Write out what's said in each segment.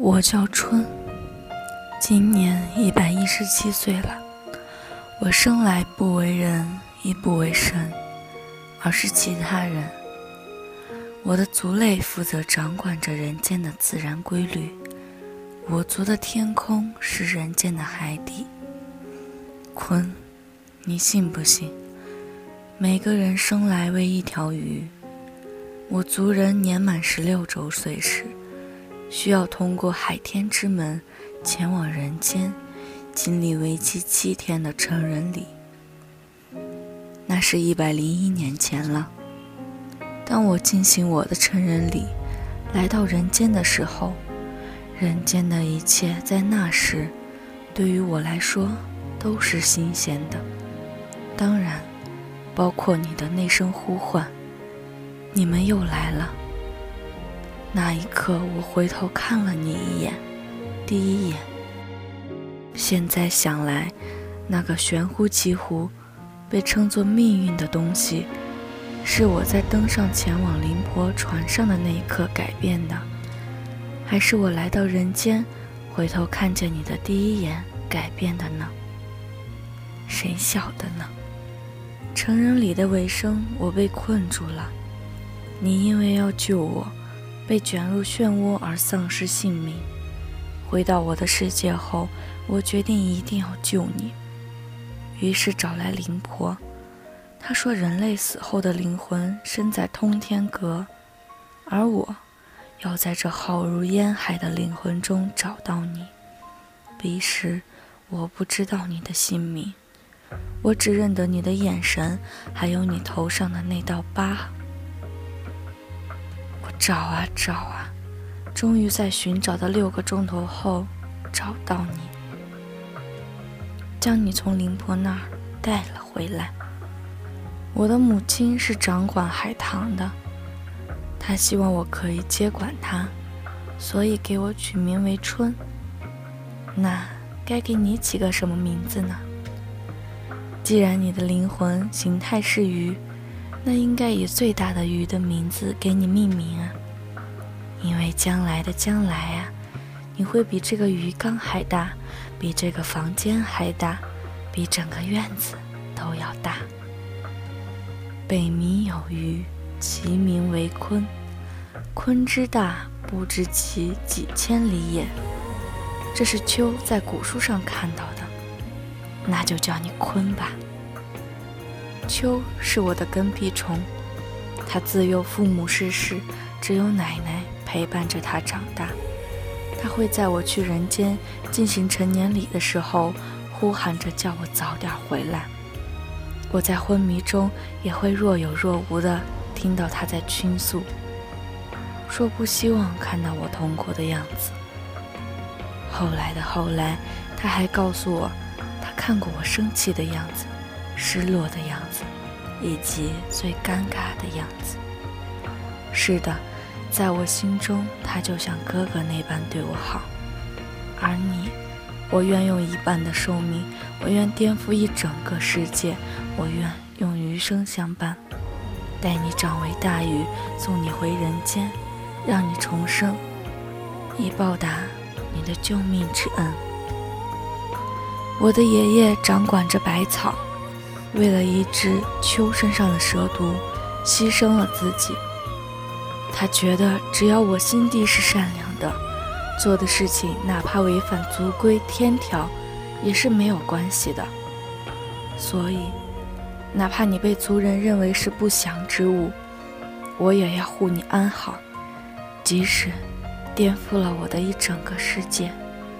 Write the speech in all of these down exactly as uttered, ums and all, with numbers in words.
我叫春，今年一百一十七岁了。我生来不为人，亦不为神，而是其他人。我的族类负责掌管着人间的自然规律，我族的天空是人间的海底。鲲，你信不信？每个人生来为一条鱼。我族人年满十六周岁时，需要通过海天之门前往人间，经历为期七天的成人礼。那是一百零一年前了。当我进行我的成人礼，来到人间的时候，人间的一切在那时对于我来说都是新鲜的，当然包括你的那声呼唤，你们又来了。那一刻我回头看了你一眼，第一眼。现在想来，那个玄乎其乎被称作命运的东西，是我在登上前往灵婆船上的那一刻改变的，还是我来到人间回头看见你的第一眼改变的呢？谁晓得呢？成人礼的尾声，我被困住了。你因为要救我，被卷入漩涡而丧失性命。回到我的世界后，我决定一定要救你，于是找来灵婆。她说人类死后的灵魂身在通天阁，而我要在这浩如烟海的灵魂中找到你。彼时我不知道你的姓名，我只认得你的眼神，还有你头上的那道疤。我找啊找啊，终于在寻找的六个钟头后找到你，将你从灵婆那儿带了回来。我的母亲是掌管海棠的，她希望我可以接管它，所以给我取名为春。那该给你起个什么名字呢？既然你的灵魂形态是鱼，那应该以最大的鱼的名字给你命名啊，因为将来的将来啊，你会比这个鱼缸还大，比这个房间还大，比整个院子都要大。北冥有鱼，其名为鲲。鲲之大，不知其几千里也。这是丘在古书上看到的，那就叫你鲲吧。丘是我的跟屁虫，他自幼父母逝世，只有奶奶陪伴着他长大。他会在我去人间进行成年礼的时候呼喊着叫我早点回来。我在昏迷中也会若有若无地听到他在倾诉，说不希望看到我痛苦的样子。后来的后来，他还告诉我，他看过我生气的样子，失落的样子，以及最尴尬的样子。是的，在我心中，他就像哥哥那般对我好。而你，我愿用一半的寿命，我愿颠覆一整个世界，我愿用余生相伴，待你长为大鱼，送你回人间，让你重生，以报答你的救命之恩。我的爷爷掌管着百草，为了医治丘身上的蛇毒，牺牲了自己。他觉得只要我心地是善良的，做的事情哪怕违反族规天条也是没有关系的。所以哪怕你被族人认为是不祥之物，我也要护你安好，即使颠覆了我的一整个世界。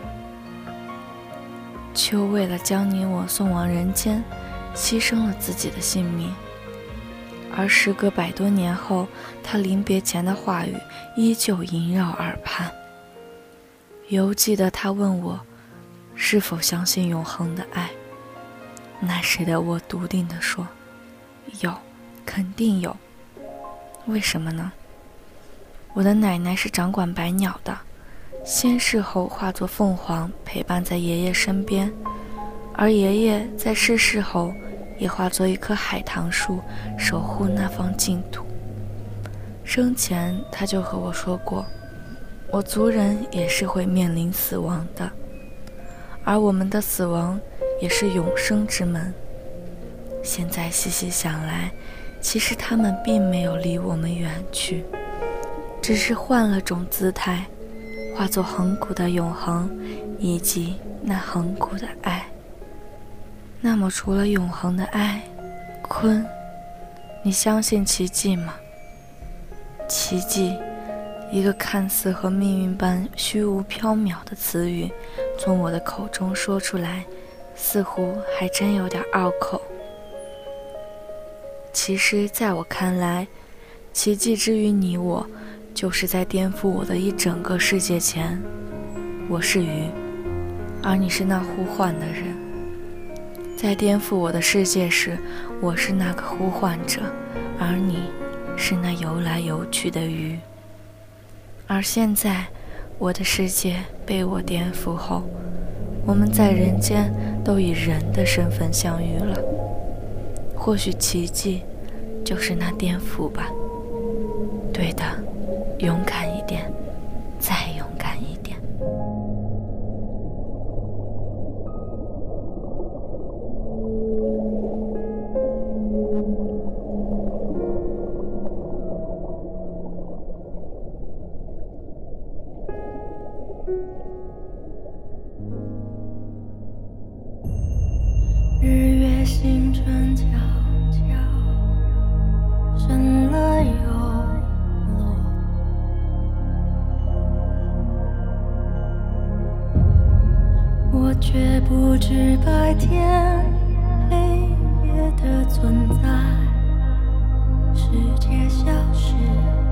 丘为了将你我送往人间，牺牲了自己的性命。而时隔百多年后，他临别前的话语依旧萦绕耳畔。犹记得他问我是否相信永恒的爱，那时的我笃定地说，有，肯定有。为什么呢？我的奶奶是掌管百鸟的，仙逝后化作凤凰陪伴在爷爷身边，而爷爷在逝世后也化作一棵海棠树，守护那方净土。生前他就和我说过， 我族人也是会面临死亡的，而我们的死亡也是永生之门。现在细细想来，其实他们并没有离我们远去，只是换了种姿态，化作恒古的永恒，以及那恒古的爱。那么除了永恒的爱，鲲，你相信奇迹吗？奇迹，一个看似和命运般虚无缥缈的词语，从我的口中说出来，似乎还真有点拗口。其实在我看来，奇迹之于你我，就是在颠覆我的一整个世界前，我是鱼，而你是那呼唤的人。在颠覆我的世界时，我是那个呼唤者，而你是那游来游去的鱼。而现在，我的世界被我颠覆后，我们在人间都以人的身份相遇了。或许奇迹就是那颠覆吧。对的，勇敢一点，再勇敢一点。 日月星辰悄悄升了又落，我却不知白天黑夜的存在，世界消失。